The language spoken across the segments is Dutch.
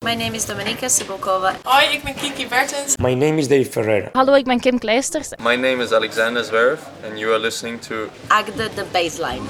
My name is Dominika Cibulkova. Hoi, ik ben Kiki Bertens. My name is Dave Ferreira. Hallo, ik ben Kim Kleisters. My name is Alexander Zverev and you are listening to Agde the Baseline.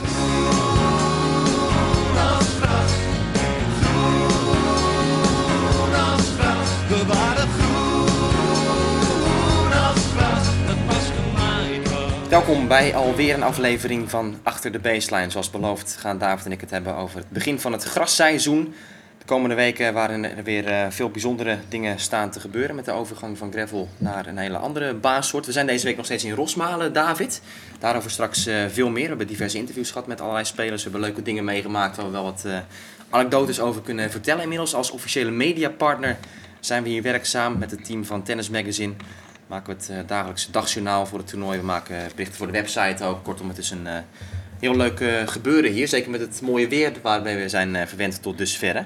Welkom bij alweer een aflevering van Achter de Baseline. Zoals beloofd gaan David en ik het hebben over het begin van het grasseizoen. De komende weken waren er weer veel bijzondere dingen staan te gebeuren met de overgang van gravel naar een hele andere baansoort. We zijn deze week nog steeds in Rosmalen, David. Daarover straks veel meer. We hebben diverse interviews gehad met allerlei spelers. We hebben leuke dingen meegemaakt waar we wel wat anekdotes over kunnen vertellen. Inmiddels als officiële mediapartner zijn we hier werkzaam met het team van Tennis Magazine. Maken we het dagelijkse dagjournaal voor het toernooi. We maken berichten voor de website ook. Kortom, het is een heel leuk gebeuren hier. Zeker met het mooie weer waarmee we zijn verwend tot dusverre.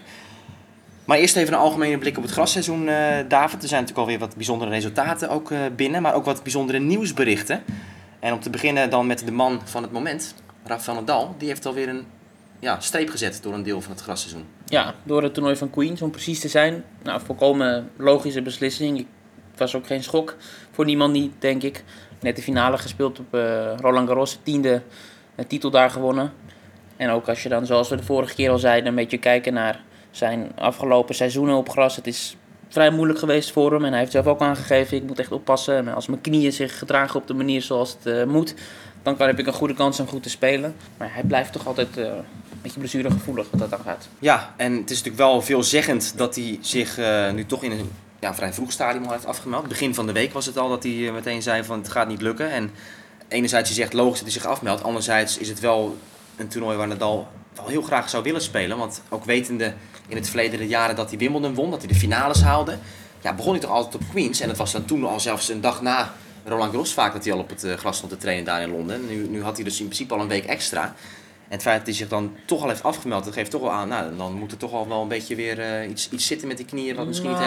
Maar eerst even een algemene blik op het grasseizoen, David. Er zijn natuurlijk alweer wat bijzondere resultaten ook binnen. Maar ook wat bijzondere nieuwsberichten. En om te beginnen dan met de man van het moment, Rafael Nadal. Die heeft alweer een streep gezet door een deel van het grasseizoen. Ja, door het toernooi van Queens, om precies te zijn. Nou, volkomen logische beslissing. Het was ook geen schok voor niemand niet, denk ik. Net de finale gespeeld op Roland Garros, 10e titel daar gewonnen. En ook als je dan, zoals we de vorige keer al zeiden, een beetje kijken naar zijn afgelopen seizoenen op gras. Het is vrij moeilijk geweest voor hem en hij heeft zelf ook aangegeven, ik moet echt oppassen. En als mijn knieën zich gedragen op de manier zoals het moet, dan heb ik een goede kans om goed te spelen. Maar hij blijft toch altijd een beetje blessuregevoelig wat dat dan gaat. Ja, en het is natuurlijk wel veelzeggend dat hij zich nu toch in een vrij vroeg stadium al heeft afgemeld. Begin van de week was het al dat hij meteen zei van het gaat niet lukken. En enerzijds je zegt logisch dat hij zich afmeldt. Anderzijds is het wel een toernooi waar Nadal wel heel graag zou willen spelen. Want ook wetende in het verleden de jaren dat hij Wimbledon won, dat hij de finales haalde. Ja, begon hij toch altijd op Queens. En dat was dan toen al zelfs een dag na Roland Garros vaak dat hij al op het gras stond te trainen daar in Londen. Nu had hij dus in principe al een week extra. En het feit dat hij zich dan toch al heeft afgemeld, dat geeft toch wel aan, nou, dan moet er toch al wel een beetje weer iets zitten met die knieën, wat misschien niet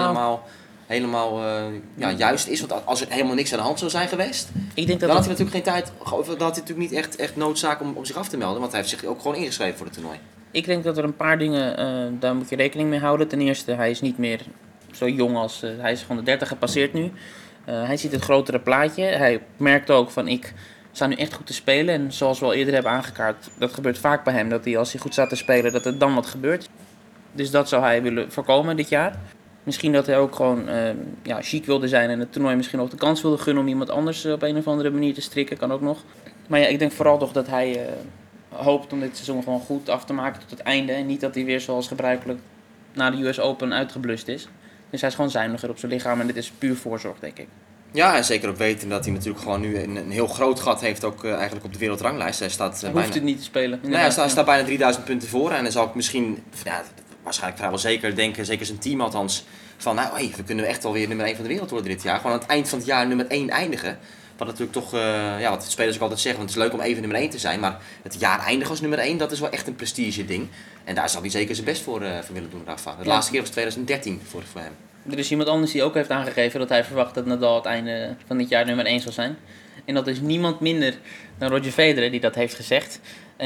helemaal juist is. Want als er helemaal niks aan de hand zou zijn geweest, ik denk dan had hij natuurlijk geen tijd, dan had hij natuurlijk niet echt noodzaak om zich af te melden, want hij heeft zich ook gewoon ingeschreven voor het toernooi. Ik denk dat er een paar dingen, daar moet je rekening mee houden. Ten eerste, hij is niet meer zo jong als, hij is gewoon de 30 gepasseerd nu. Hij ziet het grotere plaatje. Hij merkt ook van ik sta nu echt goed te spelen. En zoals we al eerder hebben aangekaart, dat gebeurt vaak bij hem. Dat hij als hij goed staat te spelen, dat er dan wat gebeurt. Dus dat zou hij willen voorkomen dit jaar. Misschien dat hij ook gewoon chic wilde zijn en het toernooi misschien ook de kans wilde gunnen om iemand anders op een of andere manier te strikken. Kan ook nog. Maar ja, ik denk vooral toch dat hij hoopt om dit seizoen gewoon goed af te maken tot het einde. En niet dat hij weer zoals gebruikelijk na de US Open uitgeblust is. Dus hij is gewoon zuiniger op zijn lichaam en dit is puur voorzorg, denk ik. Ja, en zeker ook weten dat hij natuurlijk gewoon nu een heel groot gat heeft ook eigenlijk op de wereldranglijst. Hij hoeft het niet te spelen. Hij staat bijna 3000 punten voor en dan zal ik misschien, waarschijnlijk vrijwel zeker denken, zeker zijn team althans, van we kunnen echt wel weer nummer 1 van de wereld worden dit jaar. Gewoon aan het eind van het jaar nummer 1 eindigen. Wat natuurlijk toch, wat de spelers ook altijd zeggen, want het is leuk om even nummer 1 te zijn, maar het jaar eindigen als nummer 1, dat is wel echt een prestige ding. En daar zal hij zeker zijn best voor willen doen, Rafa. De laatste keer was 2013 voor hem. Er is iemand anders die ook heeft aangegeven dat hij verwacht dat Nadal het einde van dit jaar nummer 1 zal zijn. En dat is niemand minder dan Roger Federer die dat heeft gezegd.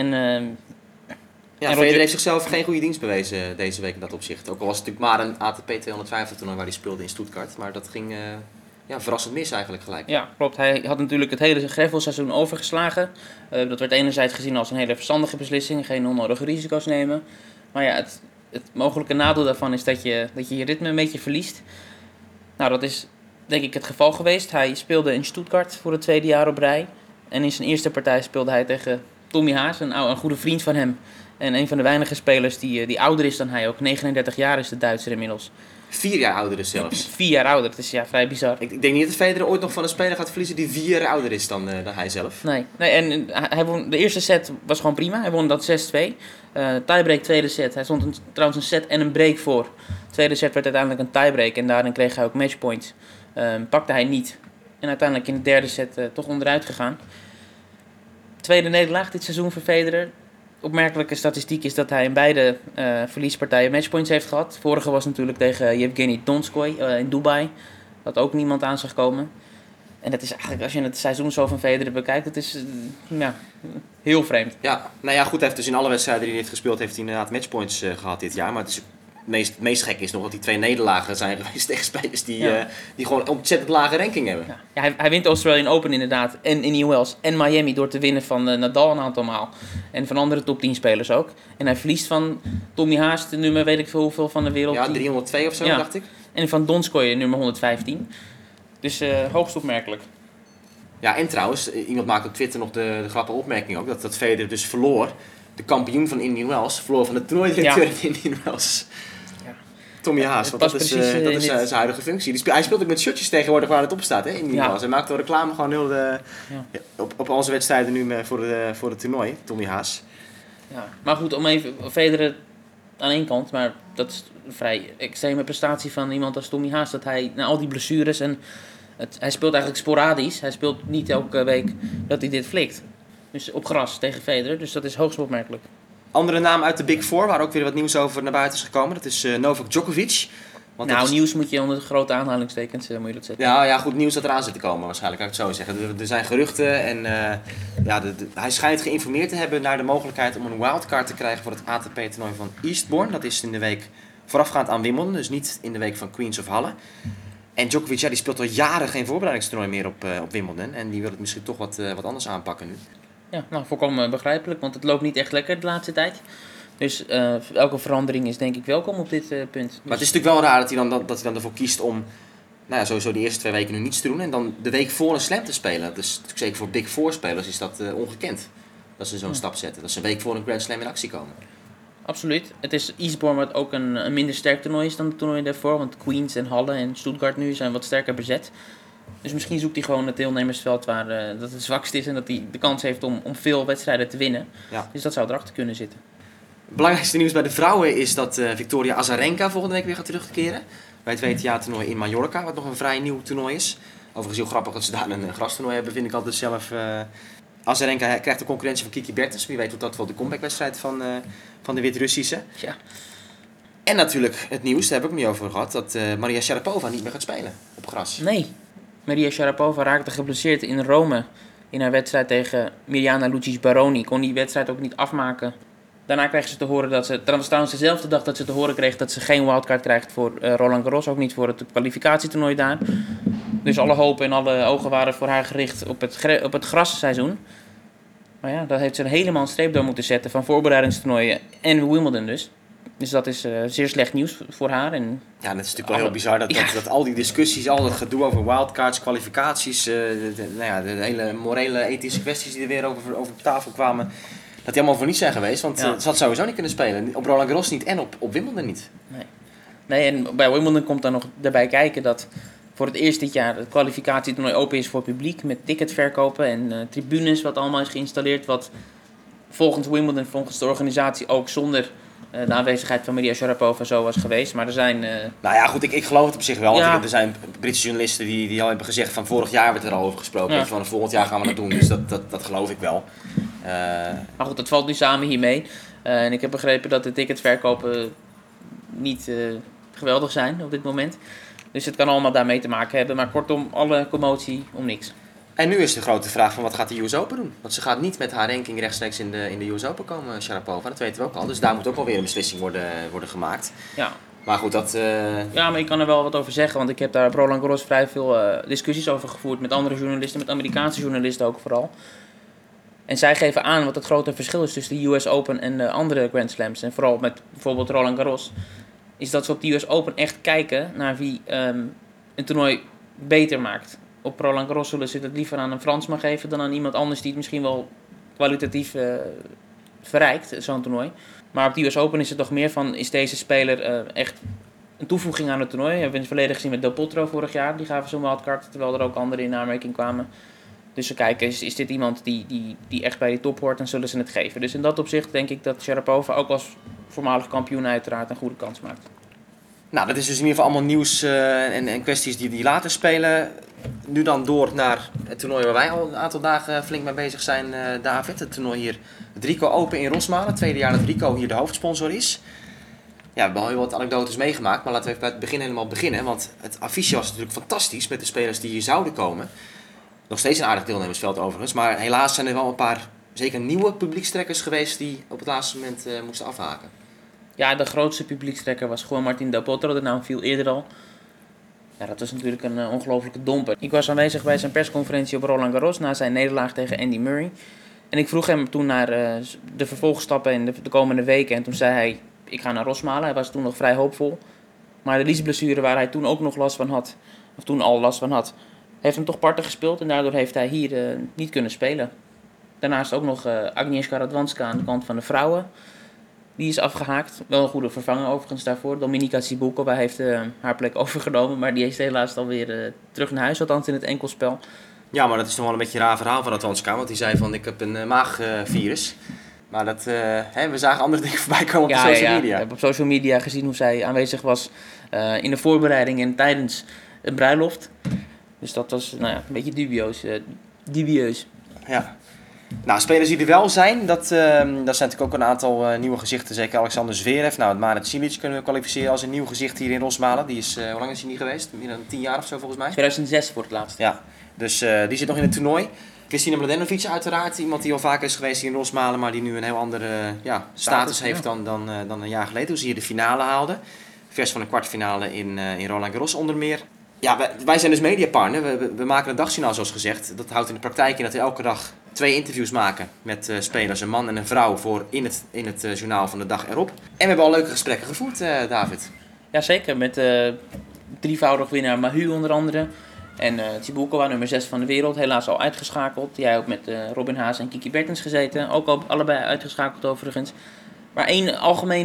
Federer heeft zichzelf geen goede dienst bewezen deze week in dat opzicht. Ook al was het natuurlijk maar een ATP 250 toernooi waar hij speelde in Stuttgart. Maar dat ging verrassend mis eigenlijk gelijk. Ja, klopt. Hij had natuurlijk het hele gravelseizoen overgeslagen. Dat werd enerzijds gezien als een hele verstandige beslissing. Geen onnodige risico's nemen. Maar ja, het mogelijke nadeel daarvan is dat je ritme een beetje verliest. Nou, dat is denk ik het geval geweest. Hij speelde in Stuttgart voor het tweede jaar op rij. En in zijn eerste partij speelde hij tegen Tommy Haas, een goede vriend van hem. En een van de weinige spelers die ouder is dan hij. Ook 39 jaar is de Duitser inmiddels. 4 jaar ouder is zelfs. 4 jaar ouder, dat is vrij bizar. Ik denk niet dat Federer ooit nog van een speler gaat verliezen die 4 jaar ouder is dan hij zelf. Nee, en hij won, de eerste set was gewoon prima. Hij won dat 6-2. Tiebreak tweede set. Hij stond trouwens een set en een break voor. De tweede set werd uiteindelijk een tiebreak en daarin kreeg hij ook matchpoints. Pakte hij niet. En uiteindelijk in de derde set toch onderuit gegaan. Tweede nederlaag dit seizoen voor Federer. Opmerkelijke statistiek is dat hij in beide verliespartijen matchpoints heeft gehad. De vorige was natuurlijk tegen Yevgeny Donskoy in Dubai. Dat ook niemand aan zag komen. En dat is eigenlijk, als je het seizoen zo van Federer bekijkt, het is heel vreemd. Ja, goed, hij heeft dus in alle wedstrijden die hij heeft gespeeld, heeft hij inderdaad matchpoints gehad dit jaar. Maar het is Het meest gek is nog dat die 2 nederlagen zijn geweest tegen spelers die gewoon ontzettend lage ranking hebben. Ja. Ja, hij wint de Australian Open inderdaad. En in New Wells en Miami door te winnen van Nadal een aantal maal. En van andere top 10 spelers ook. En hij verliest van Tommy Haas, de nummer weet ik veel hoeveel van de wereld. Ja, 302 of zo, Ja. dacht ik. En van Donskoy, nummer 115. Dus hoogst opmerkelijk. Ja, en trouwens, iemand maakt op Twitter nog de grappige opmerking ook, dat Federer dus verloor. De kampioen van Indian Wells verloor van de toernooidirecteur in Indian Wells. Ja. Tommy Haas, want dat is zijn huidige functie. Hij speelt ook met shirtjes tegenwoordig waar het op staat, hè, in Indian Wells. Hij maakt wel reclame gewoon heel op onze wedstrijden nu voor het toernooi, Tommy Haas. Ja. Maar goed, om even Federer aan één kant, maar dat is een vrij extreme prestatie van iemand als Tommy Haas. Dat hij na al die blessures en hij speelt eigenlijk sporadisch. Hij speelt niet elke week dat hij dit flikt. Dus op gras tegen Federer, dus dat is hoogst opmerkelijk. Andere naam uit de Big Four, waar ook weer wat nieuws over naar buiten is gekomen. Dat is Novak Djokovic. Want Nou, dat is... nieuws moet je onder de grote aanhalingstekens moet je dat zetten. Ja, goed nieuws dat eraan zit te komen waarschijnlijk, kan ik het zo zeggen. Er zijn geruchten en hij schijnt geïnformeerd te hebben naar de mogelijkheid om een wildcard te krijgen voor het ATP-toernooi van Eastbourne. Dat is in de week voorafgaand aan Wimbledon, dus niet in de week van Queens of Halle. En Djokovic die speelt al jaren geen voorbereidingstoernooi meer op Wimbledon en die wil het misschien toch wat anders aanpakken nu. Ja, nou, volkomen begrijpelijk, want het loopt niet echt lekker de laatste tijd. Dus elke verandering is denk ik welkom op dit punt. Maar het is natuurlijk wel raar dat hij dan ervoor kiest om sowieso de eerste 2 weken nu niets te doen en dan de week voor een slam te spelen. Dat is natuurlijk zeker voor Big Four spelers is dat ongekend. Dat ze zo'n stap zetten. Dat ze een week voor een Grand Slam in actie komen. Absoluut. Het is Eastbourne wat ook een minder sterk toernooi is dan het toernooi daarvoor. Want Queens en Halle en Stuttgart nu zijn wat sterker bezet. Dus misschien zoekt hij gewoon het deelnemersveld waar dat het zwakst is en dat hij de kans heeft om veel wedstrijden te winnen. Ja. Dus dat zou erachter kunnen zitten. Het belangrijkste nieuws bij de vrouwen is dat Victoria Azarenka volgende week weer gaat terugkeren. Bij het WTA-toernooi in Mallorca, wat nog een vrij nieuw toernooi is. Overigens heel grappig dat ze daar een grastoernooi hebben, vind ik altijd zelf. Azarenka krijgt de concurrentie van Kiki Bertens. Wie weet wordt dat wel de comebackwedstrijd van de Wit-Russische. Ja. En natuurlijk het nieuws, daar heb ik het niet over gehad, dat Maria Sharapova niet meer gaat spelen op gras. Nee. Maria Sharapova raakte geblesseerd in Rome in haar wedstrijd tegen Mirjana Lucic Baroni. Kon die wedstrijd ook niet afmaken. Daarna kreeg ze te horen dat ze, dat was trouwens dezelfde dag dat ze te horen kreeg dat ze geen wildcard krijgt voor Roland Garros, ook niet voor het kwalificatietoernooi daar. Dus alle hoop en alle ogen waren voor haar gericht op het grasseizoen. Maar ja, daar heeft ze helemaal een streep door moeten zetten van voorbereidingstoernooien en Wimbledon dus. Dus dat is zeer slecht nieuws voor haar. En ja, dat is natuurlijk wel heel bizar dat al die discussies, al dat gedoe over wildcards, kwalificaties, de hele morele, ethische kwesties die er weer over tafel kwamen, dat die allemaal voor niets zijn geweest. Want ze had sowieso niet kunnen spelen. Op Roland Garros niet en op Wimbledon niet. Nee, en bij Wimbledon komt dan nog daarbij kijken dat voor het eerst dit jaar het kwalificatietoernooi open is voor publiek met ticketverkopen en tribunes wat allemaal is geïnstalleerd. Wat volgens Wimbledon, volgens de organisatie ook zonder de aanwezigheid van Maria Sharapova zo was geweest. Maar er zijn... Nou ja, goed, ik geloof het op zich wel. Ja. Want er zijn Britse journalisten die al hebben gezegd van vorig jaar werd er al over gesproken. Ja. Van volgend jaar gaan we dat doen. Dus dat geloof ik wel. Maar goed, dat valt nu samen hiermee. En ik heb begrepen dat de ticketverkopen niet geweldig zijn op dit moment. Dus het kan allemaal daarmee te maken hebben. Maar kortom, alle commotie om niks. En nu is de grote vraag van wat gaat de US Open doen? Want ze gaat niet met haar ranking rechtstreeks in de US Open komen, Sharapova. Dat weten we ook al. Dus daar moet ook wel weer een beslissing worden gemaakt. Ja. Maar goed, dat... Ja, maar ik kan er wel wat over zeggen. Want ik heb daar op Roland Garros vrij veel discussies over gevoerd. Met andere journalisten, met Amerikaanse journalisten ook vooral. En zij geven aan wat het grote verschil is tussen de US Open en de andere Grand Slams. En vooral met bijvoorbeeld Roland Garros. Is dat ze op de US Open echt kijken naar wie een toernooi beter maakt. Op Roland Garros zullen ze het liever aan een Fransman geven dan aan iemand anders die het misschien wel kwalitatief verrijkt, zo'n toernooi. Maar op de US Open is het toch meer van, is deze speler echt een toevoeging aan het toernooi? We hebben in het verleden gezien met Del Potro vorig jaar, die gaven zo'n wildcard, terwijl er ook anderen in aanmerking kwamen. Dus ze kijken, is dit iemand die echt bij die top hoort, dan zullen ze het geven. Dus in dat opzicht denk ik dat Sharapova ook als voormalig kampioen uiteraard een goede kans maakt. Nou, dat is dus in ieder geval allemaal nieuws en kwesties die later spelen. Nu dan door naar het toernooi waar wij al een aantal dagen flink mee bezig zijn, David. Het toernooi hier, het Rico Open in Rosmalen. Het tweede jaar dat Rico hier de hoofdsponsor is. Ja, we hebben al heel wat anekdotes meegemaakt, maar laten we even bij het begin helemaal beginnen. Want het affiche was natuurlijk fantastisch met de spelers die hier zouden komen. Nog steeds een aardig deelnemersveld overigens, maar helaas zijn er wel een paar, zeker nieuwe publiekstrekkers geweest die op het laatste moment moesten afhaken. Ja, de grootste publiekstrekker was Juan Martín del Potro. De naam viel eerder al. Ja, dat was natuurlijk een ongelofelijke domper. Ik was aanwezig bij zijn persconferentie op Roland Garros na zijn nederlaag tegen Andy Murray. En ik vroeg hem toen naar de vervolgstappen in de komende weken. En toen zei hij, ik ga naar Rosmalen. Hij was toen nog vrij hoopvol. Maar de liesblessure waar hij toen ook nog last van had, of toen al last van had, heeft hem toch parten gespeeld. En daardoor heeft hij hier niet kunnen spelen. Daarnaast ook nog Agnieszka Radwanska aan de kant van de vrouwen. Die is afgehaakt. Wel een goede vervanger overigens daarvoor. Dominika Cibulkova heeft haar plek overgenomen. Maar die is helaas alweer terug naar huis. Althans in het enkelspel. Ja, maar dat is toch wel een beetje een raar verhaal van Radwanska. Want die zei van, ik heb een maagvirus. Maar dat, we zagen andere dingen voorbij komen op de social media. Ik heb op social media gezien hoe zij aanwezig was in de voorbereiding en tijdens een bruiloft. Dus dat was een beetje dubieus. Ja. Nou, spelers die er wel zijn, dat zijn natuurlijk ook een aantal nieuwe gezichten. Zeker Alexander Zverev. Nou, Marin Cilic kunnen we kwalificeren als een nieuw gezicht hier in Rosmalen. Die is, hoe lang is hij niet geweest? Meer dan 10 jaar of zo volgens mij. 2006 voor het laatst. Ja, dus die zit nog in het toernooi. Kristina Mladenovic uiteraard, iemand die al vaker is geweest hier in Rosmalen, maar die nu een heel andere status heeft dan een jaar geleden. Toen ze hier de finale haalde. Vers van een kwartfinale in Roland Garros onder meer. Ja, wij zijn dus mediapartner. We maken een dagjournaal zoals gezegd. Dat houdt in de praktijk in dat we elke dag 2 interviews maken met spelers, een man en een vrouw, voor in het journaal van de dag erop. En we hebben al leuke gesprekken gevoerd, David. Jazeker, met drievoudig winnaar Mahu onder andere. En Cibulkova, nummer 6 van de wereld, helaas al uitgeschakeld. Jij ook met Robin Haase en Kiki Bertens gezeten. Ook al allebei uitgeschakeld overigens. Maar één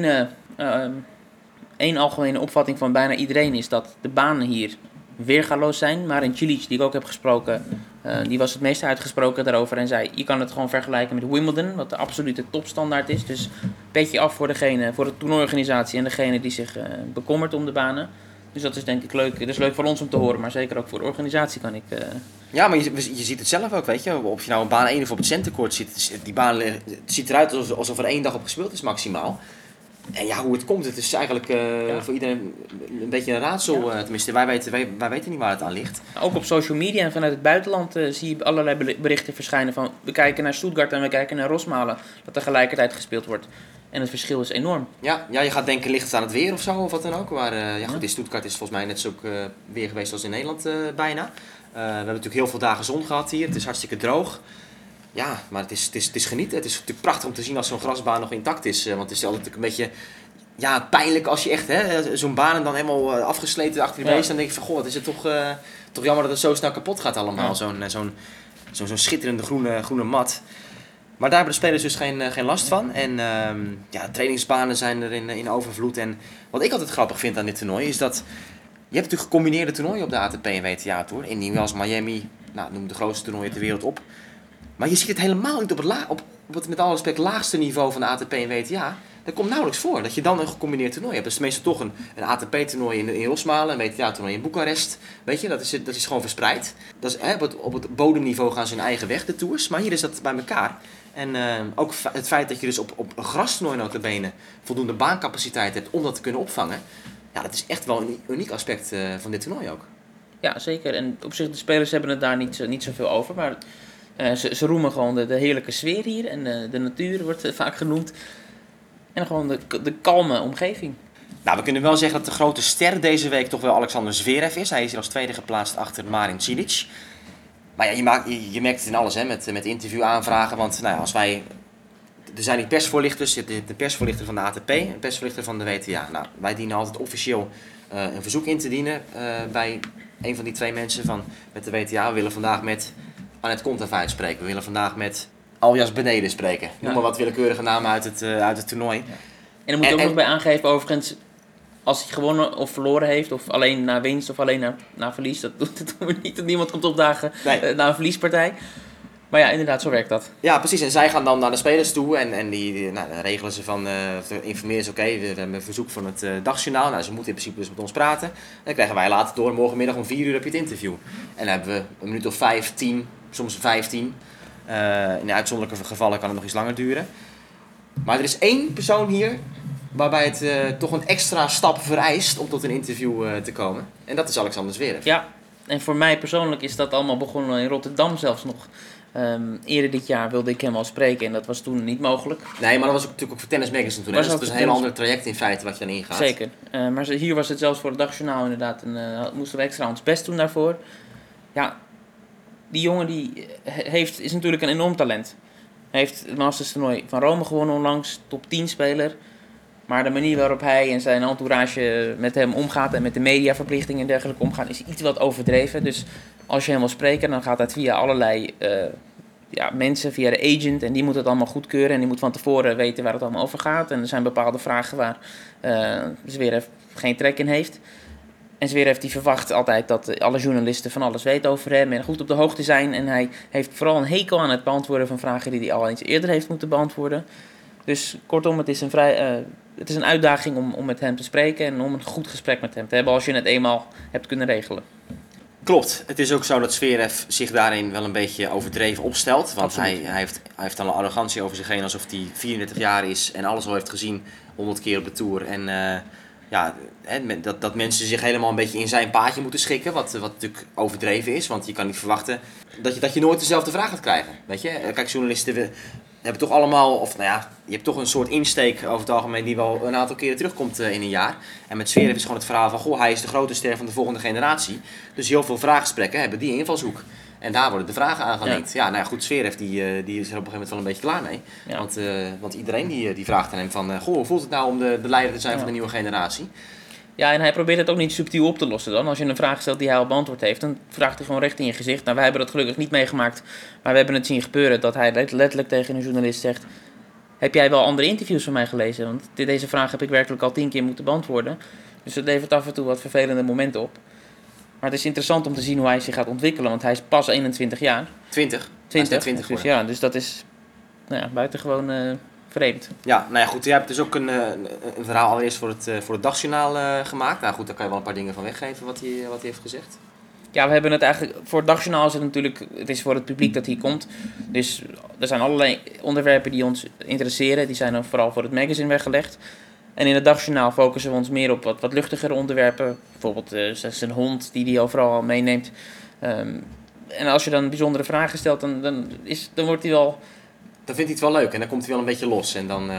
algemene opvatting van bijna iedereen is dat de banen hier weergaloos zijn. Maar in Cilic, die ik ook heb gesproken, die was het meest uitgesproken daarover. En zei, je kan het gewoon vergelijken met Wimbledon, wat de absolute topstandaard is. Dus petje af voor de toernooiorganisatie en degene die zich bekommert om de banen. Dus dat is denk ik leuk. Dat is leuk voor ons om te horen, maar zeker ook voor de organisatie kan ik... Ja, maar je ziet het zelf ook, weet je. Of je nou een baan 1 of op het centercourt zit, die baan het ziet eruit alsof er 1 dag op gespeeld is maximaal. En ja, hoe het komt, het is eigenlijk voor iedereen een beetje een raadsel. Tenminste, wij weten niet waar het aan ligt. Ook op social media en vanuit het buitenland zie je allerlei berichten verschijnen van... We kijken naar Stuttgart en we kijken naar Rosmalen, dat tegelijkertijd gespeeld wordt. En het verschil is enorm. Ja, je gaat denken, ligt het aan het weer of zo, of wat dan ook. Maar goed, in Stuttgart is volgens mij net zo weer geweest als in Nederland bijna. We hebben natuurlijk heel veel dagen zon gehad hier. Het is hartstikke droog. Ja, maar het is genieten. Het is natuurlijk prachtig om te zien als zo'n grasbaan nog intact is. Want het is altijd natuurlijk een beetje pijnlijk als je echt zo'n baan dan helemaal afgesleten achter je beest. Dan denk je van, goh, wat is het toch jammer dat het zo snel kapot gaat allemaal. Ja. Zo'n schitterende groene mat. Maar daar hebben de spelers dus geen last van. En trainingsbanen zijn er in overvloed. En wat ik altijd grappig vind aan dit toernooi is dat... Je hebt natuurlijk gecombineerde toernooien op de ATP en WTA Tour. In New York, Miami, noem de grootste toernooien ter wereld op. Maar je ziet het helemaal niet op het met alle respect laagste niveau van de ATP en WTA. Dat komt nauwelijks voor, dat je dan een gecombineerd toernooi hebt. Dus meestal toch een ATP-toernooi in Rosmalen, een WTA-toernooi in Boekarest. Weet je, dat is gewoon verspreid. Dat is, op het bodemniveau gaan ze hun eigen weg, de tours. Maar hier is dat bij elkaar. En ook het feit dat je dus op een grastoernooi notabene voldoende baancapaciteit hebt om dat te kunnen opvangen. Ja, dat is echt wel een uniek aspect van dit toernooi ook. Ja, zeker. En op zich, de spelers hebben het daar niet zoveel over. Maar ze roemen gewoon de heerlijke sfeer hier. En de natuur wordt vaak genoemd. En gewoon de kalme omgeving. Nou, we kunnen wel zeggen dat de grote ster deze week toch wel Alexander Zverev is. Hij is hier als tweede geplaatst achter Marin Cilic. Maar ja, je merkt het in alles, hè, met interviewaanvragen. Want als wij... Er zijn die persvoorlichters, de persvoorlichter van de ATP en de persvoorlichter van de WTA. Nou, wij dienen altijd officieel een verzoek in te dienen bij een van die 2 mensen met de WTA. We willen vandaag met Anett Kontaveit spreken. We willen vandaag met Aljas Beneden spreken. Noem maar wat willekeurige namen uit het toernooi. Ja. En dan moet je ook nog bij aangeven, overigens, als hij gewonnen of verloren heeft, of alleen naar winst of alleen naar verlies. Dat doen we niet. Niemand komt opdagen na een verliespartij. Maar ja, inderdaad, zo werkt dat. Ja, precies. En zij gaan dan naar de spelers toe en die dan regelen ze van, informeren ze, oké, we hebben een verzoek van het dagjournaal. Nou, ze moeten in principe dus met ons praten. En dan krijgen wij later door, morgenmiddag om 4 uur heb je het interview. En dan hebben we een minuut of 5, 10, soms 15. In uitzonderlijke gevallen kan het nog iets langer duren. Maar er is 1 persoon hier waarbij het toch een extra stap vereist om tot een interview te komen. En dat is Alexander Zverev. Ja, En voor mij persoonlijk is dat allemaal begonnen in Rotterdam zelfs nog. Eerder dit jaar wilde ik hem al spreken en dat was toen niet mogelijk. Nee, maar dat was ook, natuurlijk ook voor Tennis Magazine toen. Hè? Dus het is een heel ander traject in feite wat je dan ingaat. Zeker. Maar hier was het zelfs voor het Dagjournaal inderdaad. Moesten we extra ons best doen daarvoor. Ja, die jongen is natuurlijk een enorm talent. Hij heeft het Masters toernooi van Rome gewonnen onlangs, top 10 speler. Maar de manier waarop hij en zijn entourage met hem omgaat en met de mediaverplichtingen en dergelijke omgaan is iets wat overdreven. Dus als je hem wil spreken, dan gaat dat via allerlei mensen, via de agent. En die moet het allemaal goedkeuren en die moet van tevoren weten waar het allemaal over gaat. En er zijn bepaalde vragen waar Zverev geen trek in heeft. En Zverev die verwacht altijd dat alle journalisten van alles weten over hem en goed op de hoogte zijn. En hij heeft vooral een hekel aan het beantwoorden van vragen die hij al eens eerder heeft moeten beantwoorden. Dus kortom, het is een uitdaging om met hem te spreken en om een goed gesprek met hem te hebben als je het eenmaal hebt kunnen regelen. Klopt. Het is ook zo dat Zverev zich daarin wel een beetje overdreven opstelt. Want hij heeft al een arrogantie over zich heen alsof hij 34 jaar is en alles al heeft gezien 100 keer op de Tour. En dat mensen zich helemaal een beetje in zijn paadje moeten schikken. Wat natuurlijk overdreven is, want je kan niet verwachten dat je nooit dezelfde vraag gaat krijgen. Weet je? Kijk, journalisten hebben toch allemaal, je hebt toch een soort insteek over het algemeen die wel een aantal keren terugkomt in een jaar. En met Zverev is gewoon het verhaal van, hij is de grote ster van de volgende generatie. Dus heel veel vraaggesprekken hebben die invalshoek. En daar worden de vragen aan gelinkt. Ja, goed, Zverev die is er op een gegeven moment wel een beetje klaar mee. Ja. Want iedereen die vraagt aan hem van, hoe voelt het nou om de leider te zijn van de nieuwe generatie? Ja, en hij probeert het ook niet subtiel op te lossen dan. Als je een vraag stelt die hij al beantwoord heeft, dan vraagt hij gewoon recht in je gezicht. Nou, wij hebben dat gelukkig niet meegemaakt, maar we hebben het zien gebeuren dat hij letterlijk tegen een journalist zegt: heb jij wel andere interviews van mij gelezen? Want deze vraag heb ik werkelijk al 10 keer moeten beantwoorden. Dus het levert af en toe wat vervelende momenten op. Maar het is interessant om te zien hoe hij zich gaat ontwikkelen, want hij is pas 21 jaar. 20. 20 dus ja, dus dat is buitengewoon vreemd. Ja, goed, jij hebt dus ook een verhaal allereerst voor het Dagjournaal gemaakt. Nou goed, daar kan je wel een paar dingen van weggeven wat hij heeft gezegd. Ja, we hebben het eigenlijk, voor het Dagjournaal is het natuurlijk, het is voor het publiek dat hier komt. Dus er zijn allerlei onderwerpen die ons interesseren, die zijn dan vooral voor het magazine weggelegd. En in het Dagjournaal focussen we ons meer op wat luchtigere onderwerpen. Bijvoorbeeld zijn hond die hij overal meeneemt. En als je dan bijzondere vragen stelt, dan wordt hij wel... Dan vindt hij het wel leuk en dan komt hij wel een beetje los. En dan,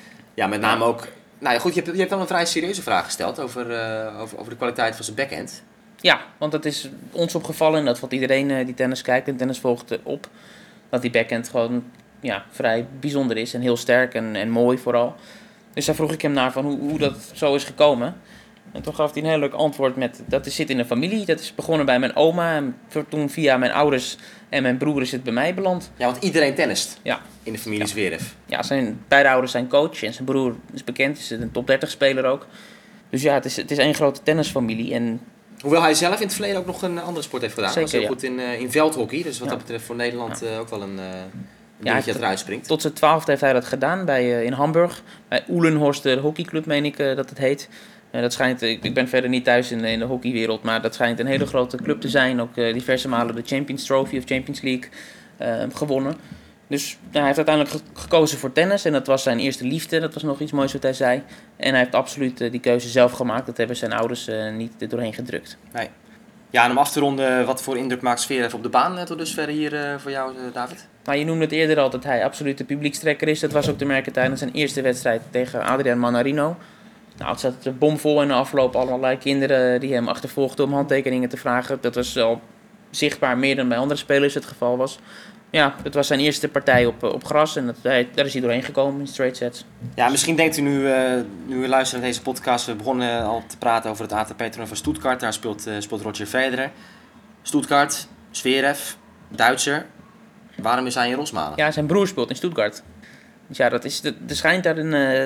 met name ook... Nou ja, goed, je hebt wel een vrij serieuze vraag gesteld over de kwaliteit van zijn backhand. Ja, want dat is ons opgevallen en dat valt iedereen die tennis kijkt en tennis volgt op. Dat die backhand gewoon vrij bijzonder is en heel sterk en mooi vooral. Dus daar vroeg ik hem naar van hoe dat zo is gekomen. En toen gaf hij een heel leuk antwoord met, zit in de familie. Dat is begonnen bij mijn oma en toen via mijn ouders en mijn broer is het bij mij beland. Ja, want iedereen tennist in de familie Zverev. Ja, zijn beide ouders zijn coach en zijn broer is bekend, is een top 30 speler ook. Dus ja, het is één grote tennisfamilie. En hoewel hij zelf in het verleden ook nog een andere sport heeft gedaan. Zeker, hij was heel goed in veldhockey, dus wat dat betreft voor Nederland ook wel een dingetje dat eruit springt. Tot zijn 12e heeft hij dat gedaan in Hamburg. Bij Uhlenhorster hockeyclub meen ik dat het heet. Dat schijnt, ik ben verder niet thuis in de hockeywereld, maar dat schijnt een hele grote club te zijn. Ook diverse malen de Champions Trophy of Champions League gewonnen. Dus hij heeft uiteindelijk gekozen voor tennis en dat was zijn eerste liefde. Dat was nog iets moois wat hij zei. En hij heeft absoluut die keuze zelf gemaakt. Dat hebben zijn ouders niet er doorheen gedrukt. Nee. Ja, en om af te ronden, wat voor indruk maakt Zverev op de baan tot dusver hier voor jou, David? Maar je noemde het eerder al dat hij absoluut de publiekstrekker is. Dat was ook te merken tijdens zijn eerste wedstrijd tegen Adrian Mannarino. Nou, het zat bomvol in de afloop. Allerlei kinderen die hem achtervolgden om handtekeningen te vragen. Dat was al zichtbaar meer dan bij andere spelers het geval was. Ja, het was zijn eerste partij op gras en daar is hij doorheen gekomen in straight sets. Ja, misschien denkt u nu we luisteren naar deze podcast, we begonnen al te praten over het ATP-toernooi van Stuttgart. Daar speelt Roger Federer. Stuttgart, Zverev, Duitser. Waarom is hij in Rosmalen? Ja, zijn broer speelt in Stuttgart. Dus ja, er schijnt daar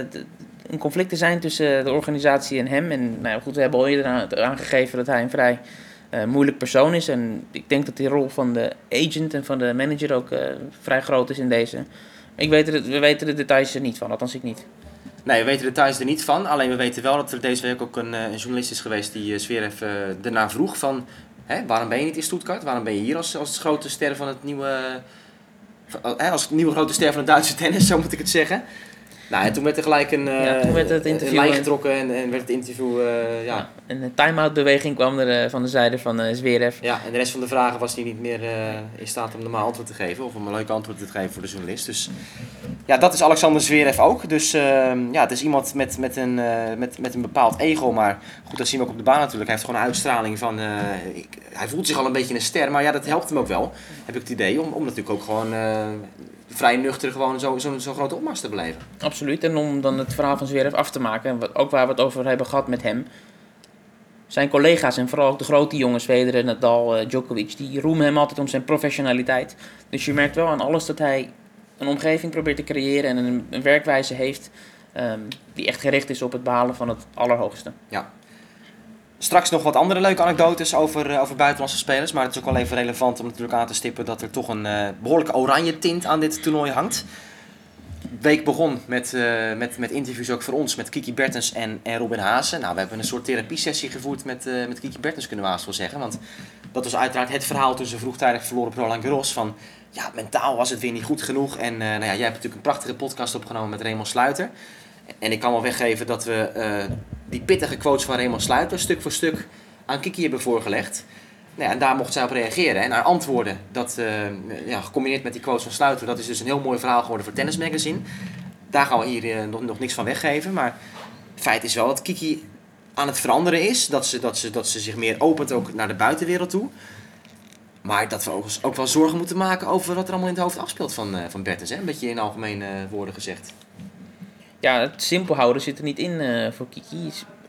een conflict te zijn tussen de organisatie en hem. En nou ja, goed, we hebben al eerder aangegeven dat hij een vrij moeilijk persoon is. En ik denk dat die rol van de agent en van de manager ook vrij groot is in deze. We weten de details er niet van, althans ik niet. Nee, we weten de details er niet van. Alleen we weten wel dat er deze week ook een journalist is geweest die Zverev ernaar vroeg van... waarom ben je niet in Stuttgart? Waarom ben je hier als grote ster van het nieuwe... als nieuwe grote ster van het Duitse tennis, zo moet ik het zeggen. Nou, en toen werd er gelijk een toen werd het interview, lijn getrokken en werd het interview... Een time-out beweging kwam er van de zijde van Zverev. Ja, en de rest van de vragen was hij niet meer in staat om normaal antwoord te geven. Of om een leuk antwoord te geven voor de journalist. Dus ja, dat is Alexander Zverev ook. Dus het is iemand met een bepaald ego. Maar goed, dat zien we ook op de baan natuurlijk. Hij heeft gewoon een uitstraling van... hij voelt zich al een beetje een ster. Maar ja, dat helpt hem ook wel, heb ik het idee. Om natuurlijk ook gewoon vrij nuchter gewoon zo'n grote opmars te beleven. Absoluut. En om dan het verhaal van Zverev af te maken. Ook waar we het over hebben gehad met hem. Zijn collega's en vooral ook de grote jongens, Federer, Nadal, Djokovic, die roemen hem altijd om zijn professionaliteit. Dus je merkt wel aan alles dat hij een omgeving probeert te creëren en een werkwijze heeft die echt gericht is op het behalen van het allerhoogste. Ja. Straks nog wat andere leuke anekdotes over buitenlandse spelers, maar het is ook wel even relevant om natuurlijk aan te stippen dat er toch een behoorlijke oranje tint aan dit toernooi hangt. De week begon met interviews ook voor ons met Kiki Bertens en Robin Haase. Nou, we hebben een soort therapiesessie gevoerd met Kiki Bertens, kunnen we haast wel zeggen. Want dat was uiteraard het verhaal toen ze vroegtijdig verloren op Roland Garros. Van ja, mentaal was het weer niet goed genoeg. En jij hebt natuurlijk een prachtige podcast opgenomen met Raymond Sluiter. En ik kan wel weggeven dat we die pittige quotes van Raymond Sluiter stuk voor stuk aan Kiki hebben voorgelegd. Nou ja, en daar mocht zij op reageren. En haar antwoorden, dat, gecombineerd met die quotes van Sluiter, dat is dus een heel mooi verhaal geworden voor Tennis Magazine. Daar gaan we hier nog niks van weggeven. Maar feit is wel dat Kiki aan het veranderen is. Dat ze zich meer opent ook naar de buitenwereld toe. Maar dat we ook wel zorgen moeten maken over wat er allemaal in het hoofd afspeelt van Bertens. Hè? Een beetje in algemene woorden gezegd. Ja, het simpel houden zit er niet in voor Kiki.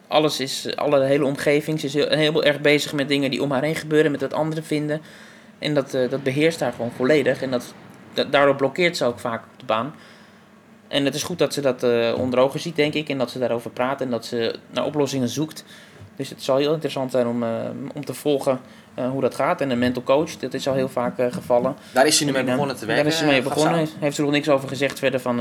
Alle hele omgeving, ze is heel erg bezig met dingen die om haar heen gebeuren, met wat anderen vinden. En dat beheerst haar gewoon volledig. En daardoor blokkeert ze ook vaak op de baan. En het is goed dat ze dat onder ogen ziet, denk ik. En dat ze daarover praat en dat ze naar oplossingen zoekt. Dus het zal heel interessant zijn om te volgen hoe dat gaat. En een mental coach, dat is al heel vaak gevallen. Daar is ze nu mee begonnen te werken. Daar is ze mee begonnen. Heeft ze er nog niks over gezegd verder van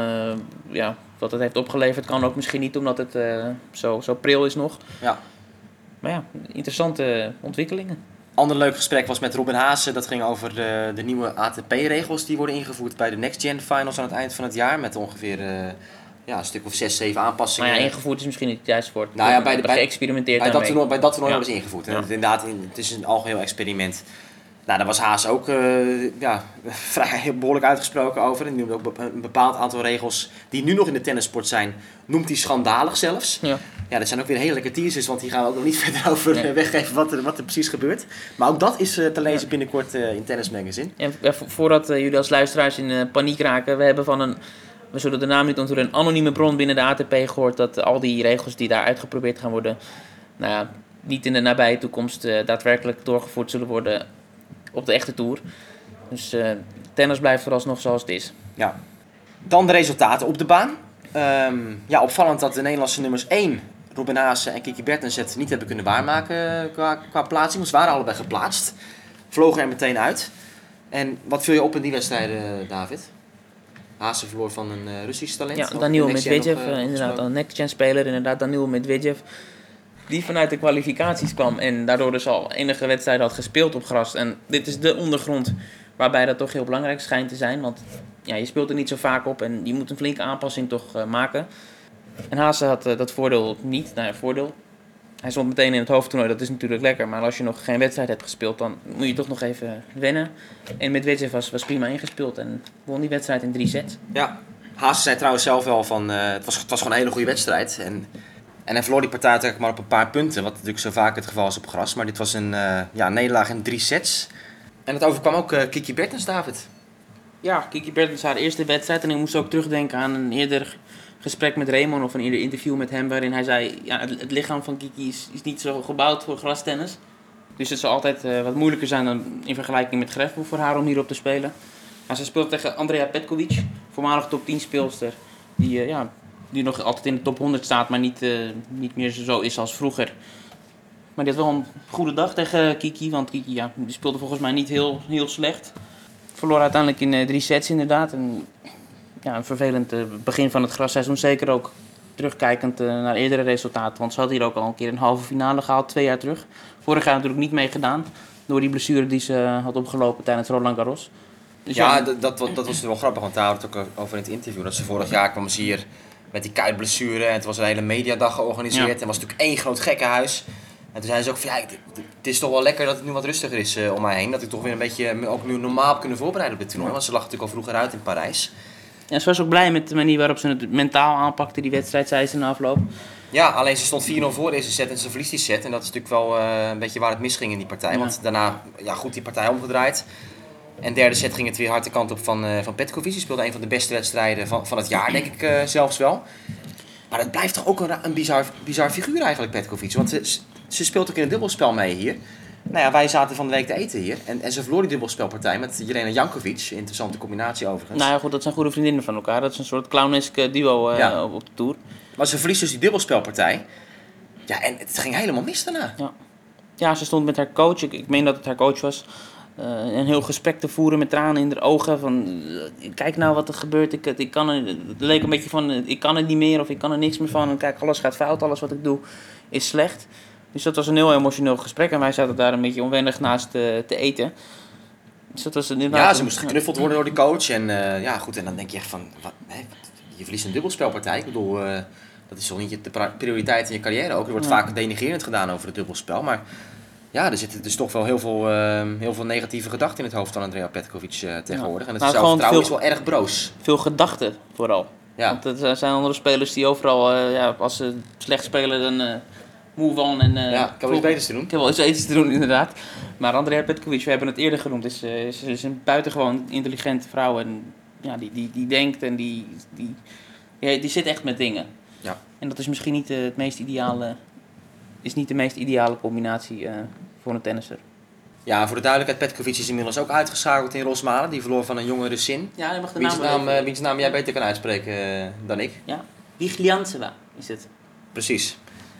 wat het heeft opgeleverd. Kan ook misschien niet omdat het zo pril is nog. Ja. Maar ja, interessante ontwikkelingen. Ander leuk gesprek was met Robin Haase. Dat ging over de nieuwe ATP-regels die worden ingevoerd bij de Next Gen Finals aan het eind van het jaar. Met ongeveer een stuk of 6, 7 aanpassingen. Nou ja, ingevoerd is misschien niet het juiste woord. Nou ja, geëxperimenteerd bij dat toernooi hebben ze ingevoerd. Ja. Inderdaad, het is een algeheel experiment. Nou, daar was Haase ook vrij behoorlijk uitgesproken over. En die noemde ook een bepaald aantal regels die nu nog in de tennissport zijn, noemt hij schandalig zelfs. Ja, dat zijn ook weer hele lekkere teasers, want die gaan we ook nog niet verder over weggeven wat er precies gebeurt. Maar ook dat is te lezen binnenkort in Tennis Magazine. En voordat jullie als luisteraars in paniek raken, we zullen de naam niet onthouden, een anonieme bron binnen de ATP gehoord dat al die regels die daar uitgeprobeerd gaan worden, niet in de nabije toekomst daadwerkelijk doorgevoerd zullen worden op de echte tour. Dus tennis blijft vooralsnog zoals het is. Ja. Dan de resultaten op de baan. Opvallend dat de Nederlandse nummers 1, Robin Haase en Kiki Bertens, het niet hebben kunnen waarmaken qua plaatsing. Ze waren allebei geplaatst. Vlogen er meteen uit. En wat viel je op in die wedstrijden, David? Haase verloor van een Russisch talent. Ja, Daniil Medvedev, inderdaad, een next-gen speler. Inderdaad, Daniil Medvedev, die vanuit de kwalificaties kwam en daardoor dus al enige wedstrijden had gespeeld op gras. En dit is de ondergrond waarbij dat toch heel belangrijk schijnt te zijn. Want je speelt er niet zo vaak op en je moet een flinke aanpassing toch maken. En Haase had dat voordeel niet. Voordeel. Hij stond meteen in het hoofdtoernooi, dat is natuurlijk lekker. Maar als je nog geen wedstrijd hebt gespeeld, dan moet je toch nog even wennen. En Medvedev was prima ingespeeld en won die wedstrijd in 3 sets. Ja, Haase zei trouwens zelf wel van, het was gewoon een hele goede wedstrijd. En hij verloor die partij eigenlijk maar op een paar punten, wat natuurlijk zo vaak het geval is op gras. Maar dit was een nederlaag in 3 sets. En het overkwam ook Kiki Bertens, David. Ja, Kiki Bertens haar eerste wedstrijd. En ik moest ook terugdenken aan een eerder gesprek met Raymond of een eerder interview met hem, waarin hij zei, het lichaam van Kiki is niet zo gebouwd voor grastennis. Dus het zal altijd wat moeilijker zijn dan in vergelijking met Grefboe voor haar om hierop te spelen. Maar ze speelt tegen Andrea Petkovic, voormalig top 10 speelster, die nog altijd in de top 100 staat, maar niet meer zo is als vroeger. Maar die had wel een goede dag tegen Kiki, want Kiki die speelde volgens mij niet heel, heel slecht. Verloor uiteindelijk in 3 sets inderdaad. En, een vervelend begin van het grasseizoen, zeker ook terugkijkend naar eerdere resultaten. Want ze had hier ook al een keer een halve finale gehaald, 2 jaar terug. Vorig jaar natuurlijk niet meegedaan, door die blessure die ze had opgelopen tijdens Roland Garros. Dus dat was wel grappig, want daar had het ook over in het interview. Dat ze vorig jaar kwam ze hier met die kuitblessure. En het was een hele mediadag georganiseerd. Ja. En het was natuurlijk één groot gekkenhuis. En toen zeiden ze ook van het is toch wel lekker dat het nu wat rustiger is om mij heen. Dat ik toch weer een beetje ook nu normaal heb kunnen voorbereiden op dit toernooi. Want ze lag natuurlijk al vroeger uit in Parijs. Ja, ze was ook blij met de manier waarop ze het mentaal aanpakte, die wedstrijd, zei ze na afloop. Ja, alleen ze stond 4-0 voor deze set en ze verliest die set. En dat is natuurlijk wel een beetje waar het misging in die partij. Ja. Want daarna, goed die partij omgedraaid. En derde set ging het weer hard de kant op van Petkovic. Die speelde een van de beste wedstrijden van het jaar, denk ik zelfs wel. Maar het blijft toch ook een bizar figuur eigenlijk, Petkovic. Want ze speelt ook in een dubbelspel mee hier. Nou ja, wij zaten van de week te eten hier. En ze verloor die dubbelspelpartij met Jelena Jankovic. Interessante combinatie overigens. Nou ja, goed, dat zijn goede vriendinnen van elkaar. Dat is een soort clownesk duo op de Tour. Maar ze verliest dus die dubbelspelpartij. Ja, en het ging helemaal mis daarna. Ja, ze stond met haar coach, ik meen dat het haar coach was, een heel gesprek te voeren met tranen in haar ogen. Van, kijk nou wat er gebeurt, het leek een beetje van, ik kan het niet meer of ik kan er niks meer van. En kijk, alles gaat fout, alles wat ik doe is slecht. Dus dat was een heel emotioneel gesprek en wij zaten daar een beetje onwennig naast te eten. Dus dat was Ja, ze moest geknuffeld worden door de coach. En en dan denk je echt van, je verliest een dubbelspelpartij. Ik bedoel, dat is toch niet de prioriteit in je carrière ook. Er wordt vaak denigrerend gedaan over het dubbelspel. Maar ja, er zitten dus toch wel heel veel negatieve gedachten in het hoofd van Andrea Petkovic tegenwoordig. En het zelfvertrouwen is wel erg broos. Veel gedachten vooral. Ja. Want er zijn andere spelers die overal, als ze slecht spelen, dan move on. En, ik heb wel iets beters te doen. Ik heb wel iets beters te doen, inderdaad. Maar Andrea Petkovic, we hebben het eerder genoemd, is een buitengewoon intelligente vrouw. En ja, die denkt en die zit echt met dingen. Ja. En dat is misschien niet het meest ideale, is niet de meest ideale combinatie voor een tennisser. Ja, voor de duidelijkheid, Petkovic is inmiddels ook uitgeschakeld in Rosmalen. Die verloor van een jonge Russin. Ja, je mag de naam Wiens naam jij beter kan uitspreken dan ik. Ja, Vigliantseva is het. Precies.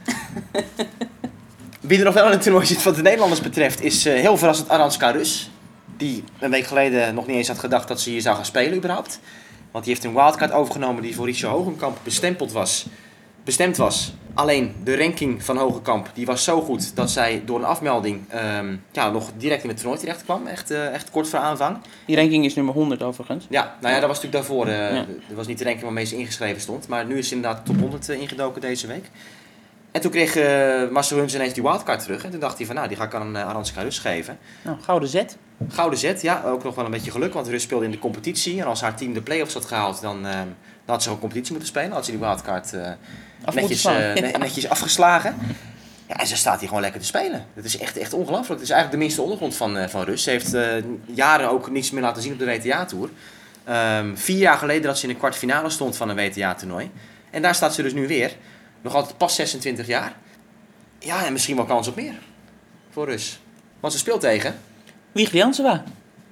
Wie er nog wel in het toernooi zit wat de Nederlanders betreft is heel verrassend Aranska Rus. Die een week geleden nog niet eens had gedacht dat ze hier zou gaan spelen überhaupt. Want die heeft een wildcard overgenomen die voor Richard Hogenkamp bestemd was. Alleen de ranking van Hogenkamp die was zo goed dat zij door een afmelding nog direct in het toernooi terecht kwam. Echt kort voor aanvang. Die ranking is nummer 100 overigens. Ja, nou ja, dat was natuurlijk daarvoor. Dat was niet de ranking waarmee ze ingeschreven stond. Maar nu is ze inderdaad top 100 ingedoken deze week. En toen kreeg Marcel Huns ineens die wildcard terug. En toen dacht hij van die ga ik aan Aranska Rus geven. Nou, gouden zet. Gouden zet, ja. Ook nog wel een beetje geluk. Want Rus speelde in de competitie. En als haar team de play-offs had gehaald, dan had ze gewoon competitie moeten spelen. Dan had ze die wildcard netjes afgeslagen. Ja, en ze staat hier gewoon lekker te spelen. Dat is echt ongelooflijk. Het is eigenlijk de minste ondergrond van Rus. Ze heeft jaren ook niets meer laten zien op de WTA-tour. 4 jaar geleden dat ze in de kwartfinale stond van een WTA-toernooi. En daar staat ze dus nu weer. Nog altijd pas 26 jaar. Ja, en misschien wel kans op meer. Voor Rus. Want ze speelt tegen Vigliantseva.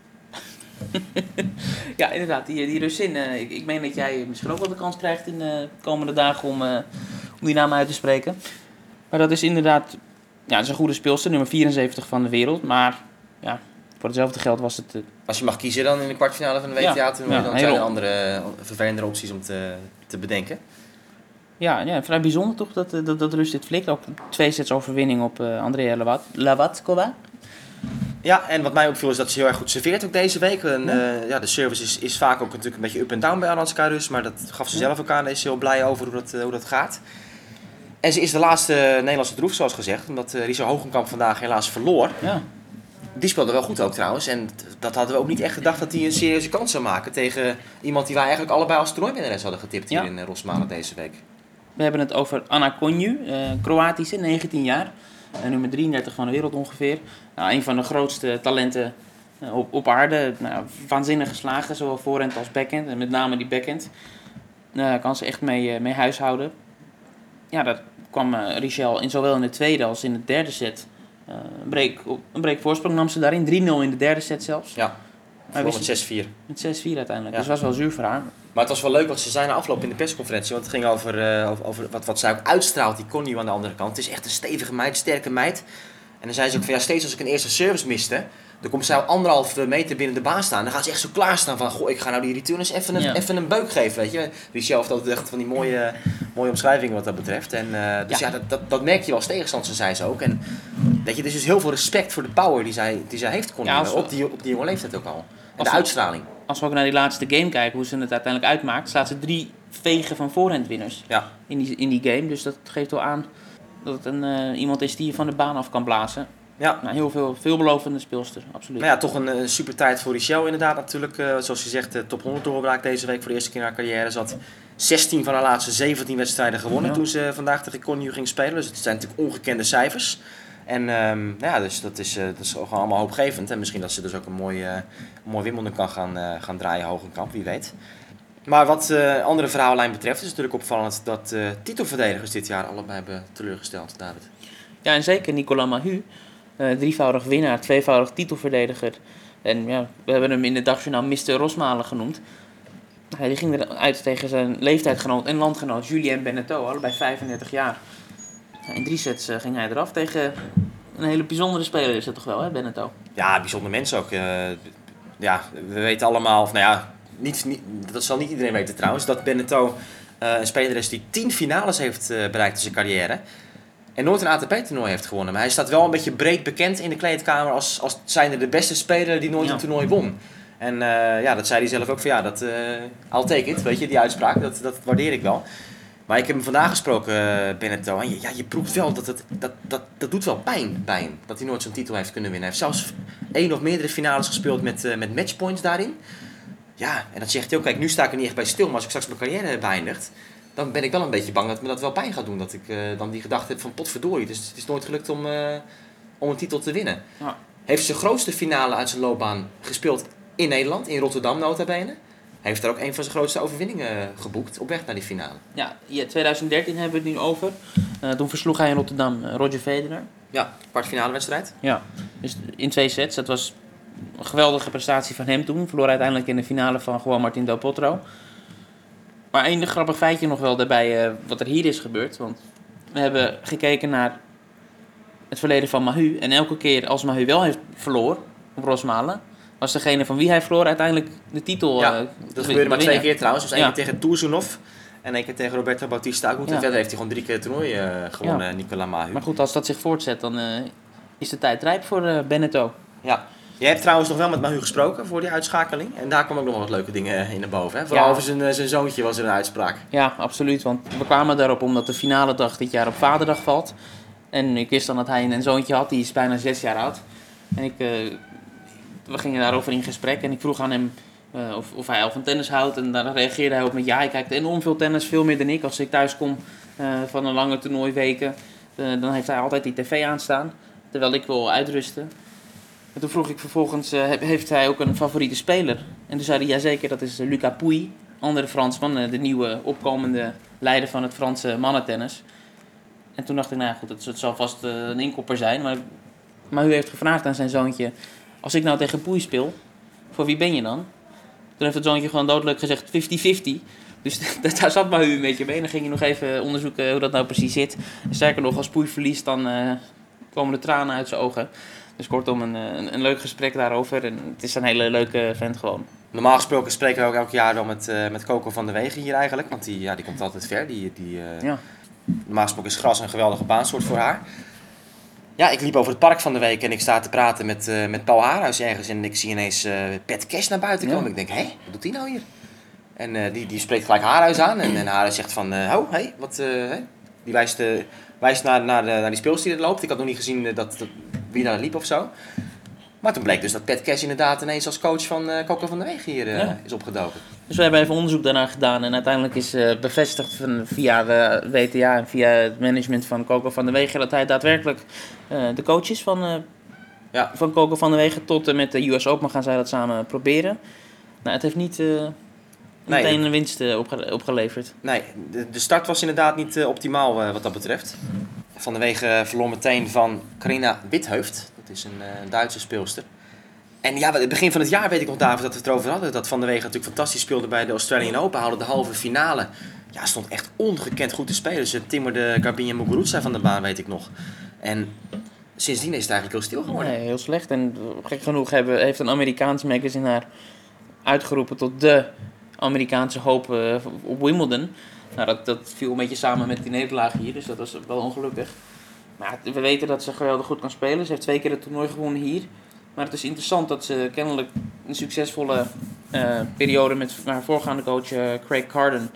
Ja, inderdaad. Die Russin. Ik meen dat jij misschien ook wel de kans krijgt in de komende dagen om die naam uit te spreken. Maar dat is inderdaad... Ja, dat is een goede speelster. Nummer 74 van de wereld. Maar ja, voor hetzelfde geld was het... Als je mag kiezen dan in de kwartfinale van de WTA-toernooi, dan zijn er andere vervelende opties om te bedenken. Ja, vrij bijzonder toch dat Rus dit flikt. Ook 2 sets overwinning op Andrea Lavatkova. Ja, en wat mij opviel is dat ze heel erg goed serveert ook deze week. En, de service is vaak ook natuurlijk een beetje up en down bij Aranska Rus. Maar dat gaf ze zelf ook aan. Daar is ze heel blij over hoe dat gaat. En ze is de laatste Nederlandse troef, zoals gezegd. Omdat Richard Hogenkamp vandaag helaas verloor. Ja. Die speelde wel goed ook trouwens. En dat hadden we ook niet echt gedacht dat hij een serieuze kans zou maken tegen iemand die wij eigenlijk allebei als toernooiwinnares hadden getipt hier in Rosmalen deze week. We hebben het over Anna Konju, Kroatische, 19 jaar. Nummer 33 van de wereld ongeveer. Nou, een van de grootste talenten op aarde. Nou, waanzinnig geslagen, zowel voorhand als backhand. En met name die backhand. Kan ze echt mee huishouden. Ja, dat kwam Richel zowel in de tweede als in de derde set. Een break voorsprong nam ze daarin. 3-0 in de derde set zelfs. Ja, met 6-4. Met 6-4 uiteindelijk. Ja. Dus was wel zuur voor haar. Maar het was wel leuk wat ze zei na afloop in de persconferentie. Want het ging over wat zij ook uitstraalt, die Connie aan de andere kant. Het is echt een stevige meid, sterke meid. En dan zei ze ook van steeds als ik een eerste service miste, dan komt zij 1,5 meter binnen de baan staan. Dan gaat ze echt zo klaarstaan van, goh, ik ga nou die returners even een beuk geven, weet je. Richel heeft altijd echt van die mooie omschrijvingen wat dat betreft. En dat merk je wel als tegenstander, zei ze ook. En weet je, er is dus heel veel respect voor de power die zij heeft, Connie, op die jonge leeftijd ook al. En de uitstraling. Als we ook naar die laatste game kijken, hoe ze het uiteindelijk uitmaakt, slaat ze 3 vegen van voorhandwinners Ja. in die game. Dus dat geeft wel aan dat het iemand is die je van de baan af kan blazen. Ja. Nou, heel veelbelovende speelster, absoluut. Nou ja, toch een super tijd voor Richelle inderdaad natuurlijk. Zoals je zegt, top 100 doorbraak deze week voor de eerste keer in haar carrière. Ze had 16 van haar laatste 17 wedstrijden gewonnen Ja. toen ze vandaag tegen Connu ging spelen. Dus het zijn natuurlijk ongekende cijfers. En dus dat is gewoon allemaal hoopgevend. En misschien dat ze dus ook een mooi Wimbledon kan gaan draaien hoog in kamp, wie weet. Maar wat andere verhaallijn betreft is het natuurlijk opvallend dat titelverdedigers dit jaar allebei hebben teleurgesteld, David. Ja, en zeker Nicolas Mahut. Drievoudig winnaar, tweevoudig titelverdediger. En ja, we hebben hem in het dagjournaal Mr. Rosmalen genoemd. Die ging eruit tegen zijn leeftijdgenoot en landgenoot Julien Benneteau, allebei 35 jaar. In 3 sets ging hij eraf tegen een hele bijzondere speler is het toch wel, hè, Benneteau? Ja, bijzonder mens ook. Ja, we weten allemaal, of nou ja, dat zal niet iedereen weten trouwens, dat Benneteau een speler is die 10 finales heeft bereikt in zijn carrière. En nooit een ATP-toernooi heeft gewonnen. Maar hij staat wel een beetje breed bekend in de kleedkamer als zijnde de beste speler die nooit een toernooi won. En dat zei hij zelf ook van ja, I'll take it, weet je, die uitspraak, dat waardeer ik wel. Maar ik heb hem vandaag gesproken, Benneteau, en je proeft wel dat doet wel pijn bij hem. Dat hij nooit zo'n titel heeft kunnen winnen. Hij heeft zelfs 1 of meerdere finales gespeeld met matchpoints daarin. Ja, en dan zegt hij ook, kijk, nu sta ik er niet echt bij stil, maar als ik straks mijn carrière beëindigt, dan ben ik wel een beetje bang dat me dat wel pijn gaat doen. Dat ik dan die gedachte heb van potverdorie, dus het is nooit gelukt om een titel te winnen. Ja. Heeft zijn grootste finale uit zijn loopbaan gespeeld in Nederland, in Rotterdam nota bene. Hij heeft daar ook een van zijn grootste overwinningen geboekt op weg naar die finale. Ja, 2013 hebben we het nu over. Toen versloeg hij in Rotterdam Roger Federer. Ja, kwartfinale wedstrijd. Ja, dus in 2 sets. Dat was een geweldige prestatie van hem toen. Verloor uiteindelijk in de finale van Juan Martín del Potro. Maar één grappig feitje nog wel daarbij wat er hier is gebeurd. Want we hebben gekeken naar het verleden van Mahut. En elke keer als Mahut wel heeft verloren op Rosmalen, was degene van wie hij verloor uiteindelijk de titel. Ja, dat gebeurde maar 2 keer trouwens. Dus 1 Ja. keer tegen Tourzounov en 1 keer tegen Roberto Bautista Agut. Ja. En verder heeft hij gewoon 3 keer het toernooi gewonnen, Nicolas Mahut. Maar goed, als dat zich voortzet, dan is de tijd rijp voor Benneteau. Ja. Jij hebt trouwens nog wel met Mahut gesproken voor die uitschakeling. En daar kwamen ook nog wat leuke dingen in naar boven. Hè? Vooral Ja. over zijn zoontje was er een uitspraak. Ja, absoluut. Want we kwamen daarop omdat de finale dag dit jaar op Vaderdag valt. En ik wist dan dat hij een zoontje had, die is bijna 6 jaar oud. En we gingen daarover in gesprek en ik vroeg aan hem of hij al van tennis houdt. En daar reageerde hij op met ja, hij kijkt enorm veel tennis, veel meer dan ik. Als ik thuis kom van een lange toernooiweken, dan heeft hij altijd die tv aanstaan. Terwijl ik wil uitrusten. En toen vroeg ik vervolgens, heeft hij ook een favoriete speler? En toen zei hij, jazeker, dat is Lucas Pouille, andere Fransman, de nieuwe opkomende leider van het Franse mannentennis. En toen dacht ik, nou ja, goed, het zal vast een inkopper zijn. Maar u heeft gevraagd aan zijn zoontje, als ik nou tegen Pouille speel, voor wie ben je dan? Toen heeft het zoontje gewoon dodelijk gezegd 50-50. Dus daar zat maar u een beetje mee. Dan ging je nog even onderzoeken hoe dat nou precies zit. En sterker nog, als Pouille verliest, dan komen de tranen uit zijn ogen. Dus kortom, een leuk gesprek daarover. En het is een hele leuke vent gewoon. Normaal gesproken spreken we ook elk jaar wel met Coco van der Wegen hier eigenlijk. Want die komt altijd ver. Ja. Normaal gesproken is gras een geweldige baansoort voor haar. Ja, ik liep over het park van de week en ik sta te praten met Paul Haarhuis ergens. En ik zie ineens Pat Cash naar buiten komen. Ja. Ik denk, hé, wat doet hij nou hier? En die spreekt gelijk Haarhuis aan. En Haarhuis zegt van, die wijst naar die speelster die er loopt. Ik had nog niet gezien wie daar liep of zo. Maar toen bleek dus dat Pat Cash inderdaad ineens als coach van Coco van der Wegen hier is opgedoken. Dus we hebben even onderzoek daarna gedaan. En uiteindelijk is bevestigd via de WTA en via het management van Coco van der Wegen dat hij daadwerkelijk de coach is van Coco van der Wegen. Tot en met de US Open gaan zij dat samen proberen. Nou, het heeft niet meteen een winst opgeleverd. Nee, de start was inderdaad niet optimaal wat dat betreft. Van der Wegen verloor meteen van Carina Witheuft. Dat is een Duitse speelster. En ja, het begin van het jaar weet ik nog, David, dat we het erover hadden. Dat Van der Wegen natuurlijk fantastisch speelde bij de Australian Open. Haalde de halve finale. Ja, stond echt ongekend goed te spelen. Ze timmerde Garbiñe Muguruza van de baan, weet ik nog. En sindsdien is het eigenlijk heel stil geworden. Nee, heel slecht. En gek genoeg heeft een Amerikaans magazine haar uitgeroepen tot de Amerikaanse hoop op Wimbledon. Nou, dat viel een beetje samen met die nederlaag hier, dus dat was wel ongelukkig. Maar we weten dat ze geweldig goed kan spelen. Ze heeft 2 keer het toernooi gewonnen hier. Maar het is interessant dat ze kennelijk een succesvolle periode met haar voorgaande coach Craig Carden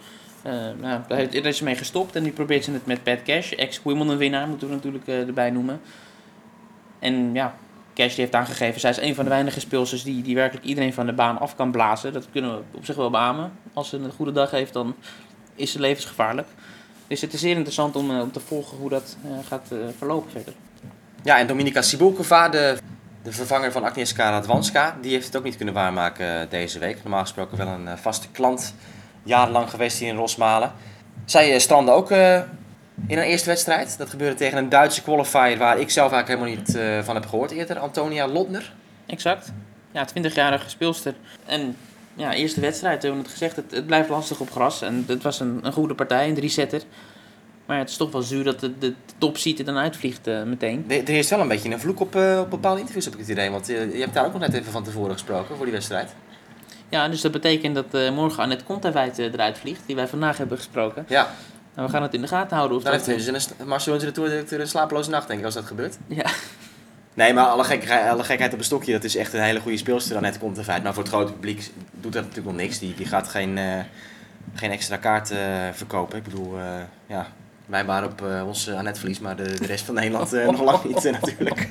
Daar is ze mee gestopt en nu probeert ze het met Pat Cash, ex-Wimbledon-winnaar, moeten we natuurlijk erbij noemen. En ja, Cash die heeft aangegeven, zij is een van de weinige speelsters die werkelijk iedereen van de baan af kan blazen. Dat kunnen we op zich wel beamen. Als ze een goede dag heeft, dan is ze levensgevaarlijk. Dus het is zeer interessant om te volgen hoe dat gaat verlopen verder. Ja, en Dominika Cibulkova, de vervanger van Agnieszka Radwanska, die heeft het ook niet kunnen waarmaken deze week. Normaal gesproken wel een vaste klant, jarenlang geweest hier in Rosmalen. Zij strandde ook in haar eerste wedstrijd. Dat gebeurde tegen een Duitse qualifier waar ik zelf eigenlijk helemaal niet van heb gehoord eerder. Antonia Lotner. Exact. Ja, 20-jarige speelster. En ja, eerste wedstrijd, we hebben het gezegd, het blijft lastig op gras. En het was een goede partij, een 3-setter. Maar ja, het is toch wel zuur dat de topseed er dan uitvliegt meteen. Er is wel een beetje een vloek op bepaalde interviews, heb ik het idee. Want je hebt daar ook nog net even van tevoren gesproken voor die wedstrijd. Ja, dus dat betekent dat morgen Annette Kontaveit eruit vliegt, die wij vandaag hebben gesproken. Ja. Nou, we gaan het in de gaten houden. Of Dan dat heeft Marcel de Tour een slapeloze nacht, denk ik, als dat gebeurt. Ja. Nee, maar alle gekheid op een stokje, dat is echt een hele goede speelster, Annette Kontaveit. Maar voor het grote publiek doet dat natuurlijk nog niks. Die gaat geen extra kaart verkopen. Ik bedoel, wij waren op ons Annette verlies, maar de rest van Nederland nog lang niet natuurlijk.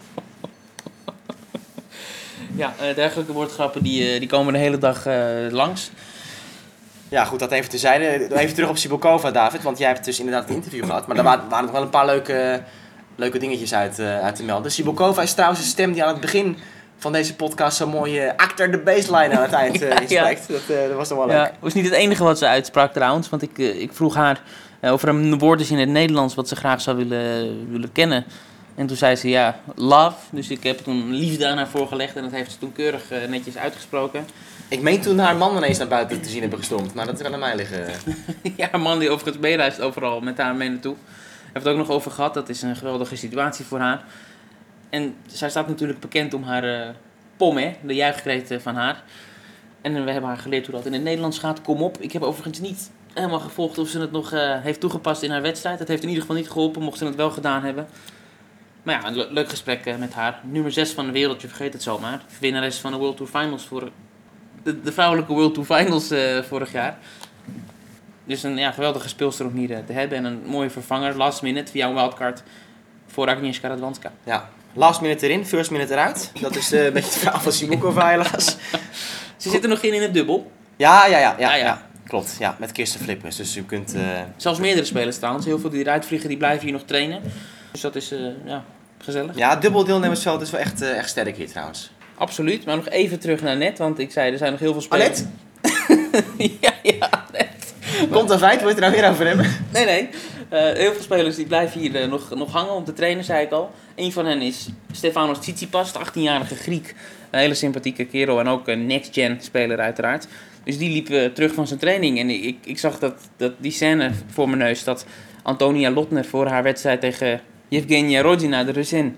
Ja, dergelijke woordgrappen die komen de hele dag langs. Ja, goed, dat even terzijde. Even terug op Cibulkova, David, want jij hebt dus inderdaad het interview gehad. Maar daar waren nog wel een paar leuke dingetjes uit te melden. Cibulkova is trouwens een stem die aan het begin van deze podcast zo mooi achter de baseline aan het eind inspreekt. Ja. Dat was toch wel leuk. Ja, het was niet het enige wat ze uitsprak trouwens, want ik vroeg haar over een woord is in het Nederlands wat ze graag zou willen kennen. En toen zei ze ja, love. Dus ik heb toen liefde aan haar voorgelegd en dat heeft ze toen keurig netjes uitgesproken. Ik meen toen haar man ineens naar buiten te zien hebben gestormd, maar dat kan aan mij liggen. Ja, een man die overigens meereist overal met haar mee naartoe. Heeft het ook nog over gehad, dat is een geweldige situatie voor haar. En zij staat natuurlijk bekend om haar pom, hè, de juichkreet van haar. En we hebben haar geleerd hoe dat in het Nederlands gaat. Kom op. Ik heb overigens niet helemaal gevolgd of ze het nog heeft toegepast in haar wedstrijd. Dat heeft in ieder geval niet geholpen, mocht ze het wel gedaan hebben. Maar ja, een leuk gesprek met haar. Nummer 6 van de wereld, je vergeet het zomaar. Winnares van de World Tour Finals de vrouwelijke World Tour Finals vorig jaar. Dus een geweldige speelster om hier te hebben. En een mooie vervanger, last minute, via een wildcard voor Agnieszka Radwanska. Ja, last minute erin, first minute eruit. Dat is een beetje het verhaal van Cibulkova helaas. Ze zitten nog in het dubbel. Ja. Klopt, ja, met Kirsten Flippers. Dus u kunt... Zelfs meerdere spelers trouwens. Heel veel die eruit vliegen, die blijven hier nog trainen. Dus dat is gezellig. Ja, dubbel deelnemersveld is wel echt sterk hier trouwens. Absoluut, maar nog even terug naar net, want ik zei er zijn nog heel veel spelers. Annette? ja, Annette. Komt dat feit, wil je het er nou weer over hebben? Nee. Heel veel spelers die blijven hier nog hangen om te trainen, zei ik al. Eén van hen is Stefanos Tsitsipas, de 18-jarige Griek. Een hele sympathieke kerel en ook een next-gen speler uiteraard. Dus die liep terug van zijn training. En ik zag dat die scène voor mijn neus, dat Antonia Lotner voor haar wedstrijd tegen Yevgenia Rodina, de Russin.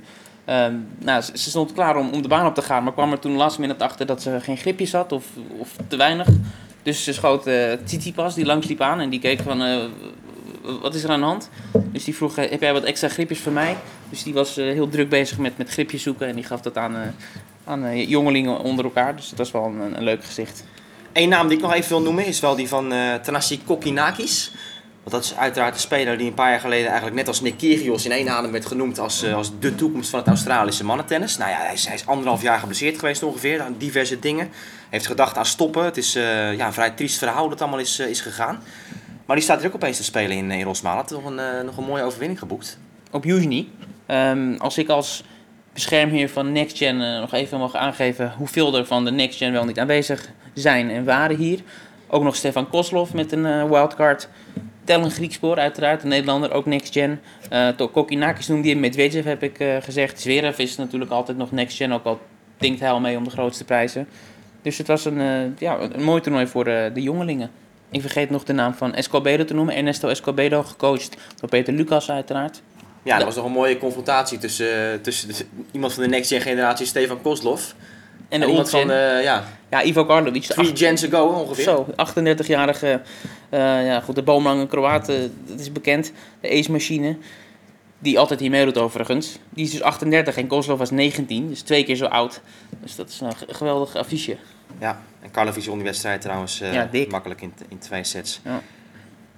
Ze stond klaar om de baan op te gaan, maar kwam er toen last minute achter dat ze geen gripjes had of te weinig. Dus ze schoot Tsitsipas, die langs liep aan en die keek van, wat is er aan de hand? Dus die vroeg, heb jij wat extra gripjes voor mij? Dus die was heel druk bezig met gripjes zoeken en die gaf dat aan jongelingen onder elkaar. Dus dat was wel een leuk gezicht. Eén naam die ik nog even wil noemen is wel die van Thanasi Kokkinakis. Want dat is uiteraard de speler die een paar jaar geleden eigenlijk net als Nick Kyrgios in één adem werd genoemd als de toekomst van het Australische mannentennis. Nou ja, hij is 1,5 jaar geblesseerd geweest ongeveer aan diverse dingen. Heeft gedacht aan stoppen. Het is een vrij triest verhaal hoe dat allemaal is gegaan. Maar die staat er ook opeens te spelen in Rosmalen. Had nog een mooie overwinning geboekt. Op Yuzhny. Als ik als beschermheer van Next Gen nog even mag aangeven hoeveel er van de Next Gen wel niet aanwezig zijn en waren hier. Ook nog Stefan Kozlov met een wildcard. Tel een Griekspoor uiteraard, een Nederlander, ook Next Gen. Kokkinakis noemde je, Medvedev heb ik gezegd. Zverev is natuurlijk altijd nog Next Gen, ook al dinkt hij al mee om de grootste prijzen. Dus het was een mooi toernooi voor de jongelingen. Ik vergeet nog de naam van Escobedo te noemen. Ernesto Escobedo, gecoacht door Peter Lucas uiteraard. Ja, dat was nog een mooie confrontatie tussen iemand van de Next Gen generatie, Stefan Kozlov. En iemand van, Ivo Karlovic. 3 gens ago ongeveer. Zo, 38-jarige, de boomlange Kroaat, dat is bekend. De ace-machine, die altijd hier meedoet overigens. Die is dus 38 en Kozlov was 19, dus 2 keer zo oud. Dus dat is een geweldig affiche. Ja, en Karlovic won die wedstrijd trouwens makkelijk in 2 sets. Ja.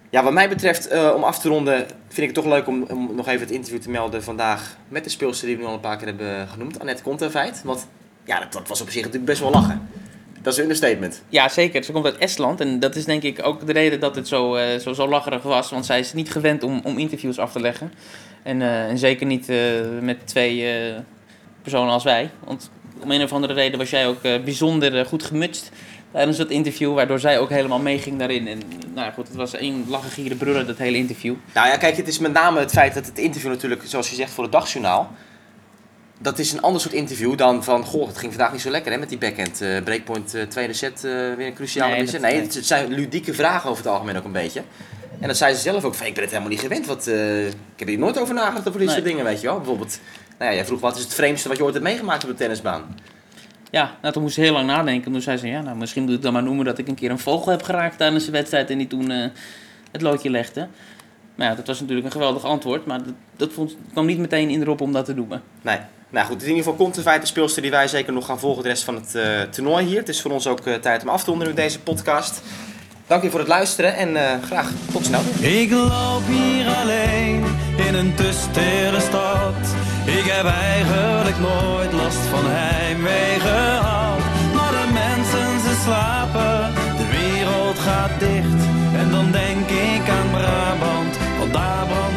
Ja, wat mij betreft, om af te ronden, vind ik het toch leuk om nog even het interview te melden vandaag met de speelster die we nu al een paar keer hebben genoemd, Anette Kontaveit. Want ja, dat was op zich natuurlijk best wel lachen. Dat is een understatement. Ja, zeker. Ze komt uit Estland en dat is denk ik ook de reden dat het zo lacherig was. Want zij is niet gewend om interviews af te leggen. En zeker niet met twee personen als wij. Want om een of andere reden was jij ook bijzonder goed gemutst tijdens dat interview. Waardoor zij ook helemaal meeging daarin. En nou ja, goed, het was één lachen, gieren, brullen, dat hele interview. Nou ja, kijk, het is met name het feit dat het interview natuurlijk, zoals je zegt, voor het dagjournaal. Dat is een ander soort interview dan van, goh, het ging vandaag niet zo lekker hè, met die backhand. Breakpoint, tweede set, weer een cruciale misser. Nee, het zijn ludieke vragen over het algemeen ook een beetje. En dat zei ze zelf ook van, ik ben het helemaal niet gewend. Ik heb hier nooit over nagedacht over dit soort dingen, weet je wel. Bijvoorbeeld, nou ja, jij vroeg, wat is het vreemdste wat je ooit hebt meegemaakt op de tennisbaan? Ja, nou, toen moest ze heel lang nadenken. Toen zei ze, ja, nou, misschien moet ik dan maar noemen dat ik een keer een vogel heb geraakt tijdens de wedstrijd en die toen het loodje legde. Maar ja, dat was natuurlijk een geweldig antwoord, maar dat kwam niet meteen in erop om dat te noemen. Nee. Nou goed, het is in ieder geval Kontaveit, de speelster die wij zeker nog gaan volgen de rest van het toernooi hier. Het is voor ons ook tijd om af te ronden met deze podcast. Dank je voor het luisteren en graag tot snel. Ik loop hier alleen in een te stille stad. Ik heb eigenlijk nooit last van heimwee gehad. Maar de mensen ze slapen, de wereld gaat dicht. En dan denk ik aan Brabant, want daar brandt